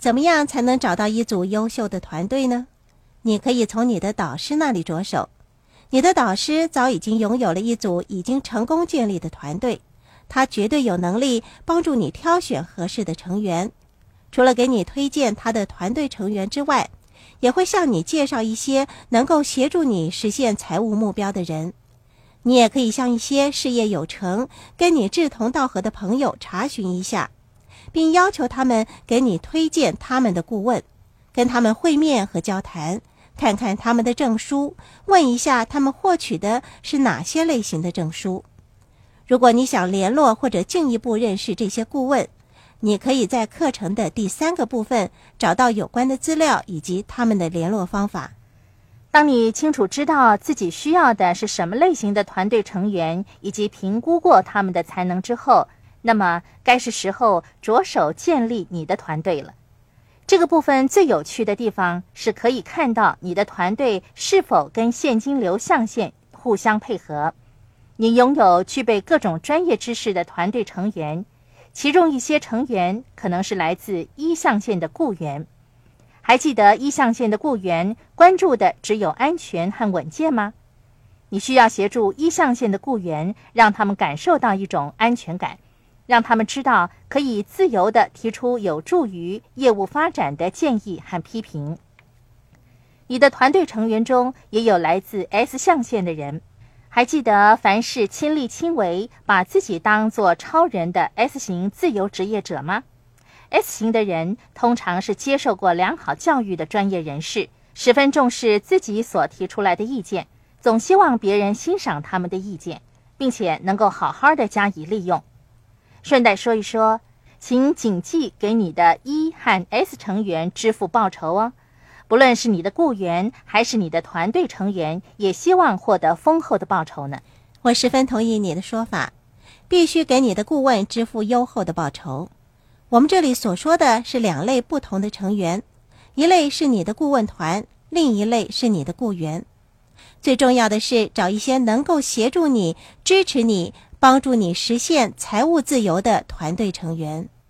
怎么样才能找到一组优秀的团队呢？你可以从你的导师那里着手。你的导师早已经拥有了一组已经成功建立的团队，他绝对有能力帮助你挑选合适的成员。除了给你推荐他的团队成员之外，也会向你介绍一些能够协助你实现财务目标的人。你也可以向一些事业有成、跟你志同道合的朋友查询一下，并要求他们给你推荐他们的顾问，跟他们会面和交谈，看看他们的证书，问一下他们获取的是哪些类型的证书。如果你想联络或者进一步认识这些顾问，你可以在课程的第3个部分找到有关的资料以及他们的联络方法。 当你清楚知道自己需要的是什么类型的团队成员，以及评估过他们的才能之后，那么该是时候着手建立你的团队了。这个部分最有趣的地方是可以看到你的团队是否跟现金流象限互相配合。你拥有具备各种专业知识的团队成员，其中一些成员可能是来自1象限的雇员。还记得1象限的雇员关注的只有安全和稳健吗？你需要协助1象限的雇员，让他们感受到一种安全感，让他们知道可以自由地提出有助于业务发展的建议和批评。你的团队成员中也有来自 S 象限的人。还记得凡是亲力亲为，把自己当作超人的 S 型自由职业者吗？ S 型的人通常是接受过良好教育的专业人士，十分重视自己所提出来的意见，总希望别人欣赏他们的意见，并且能够好好的加以利用。顺带说一说，请谨记给你的 E 和 S 成员支付报酬哦。不论是你的雇员还是你的团队成员，也希望获得丰厚的报酬呢。 我十分同意你的说法，必须给你的顾问支付优厚的报酬。我们这里所说的是2类不同的成员，一类是你的顾问团，另一类是你的雇员。最重要的是找一些能够协助你、支持你、帮助你实现财务自由的团队成员。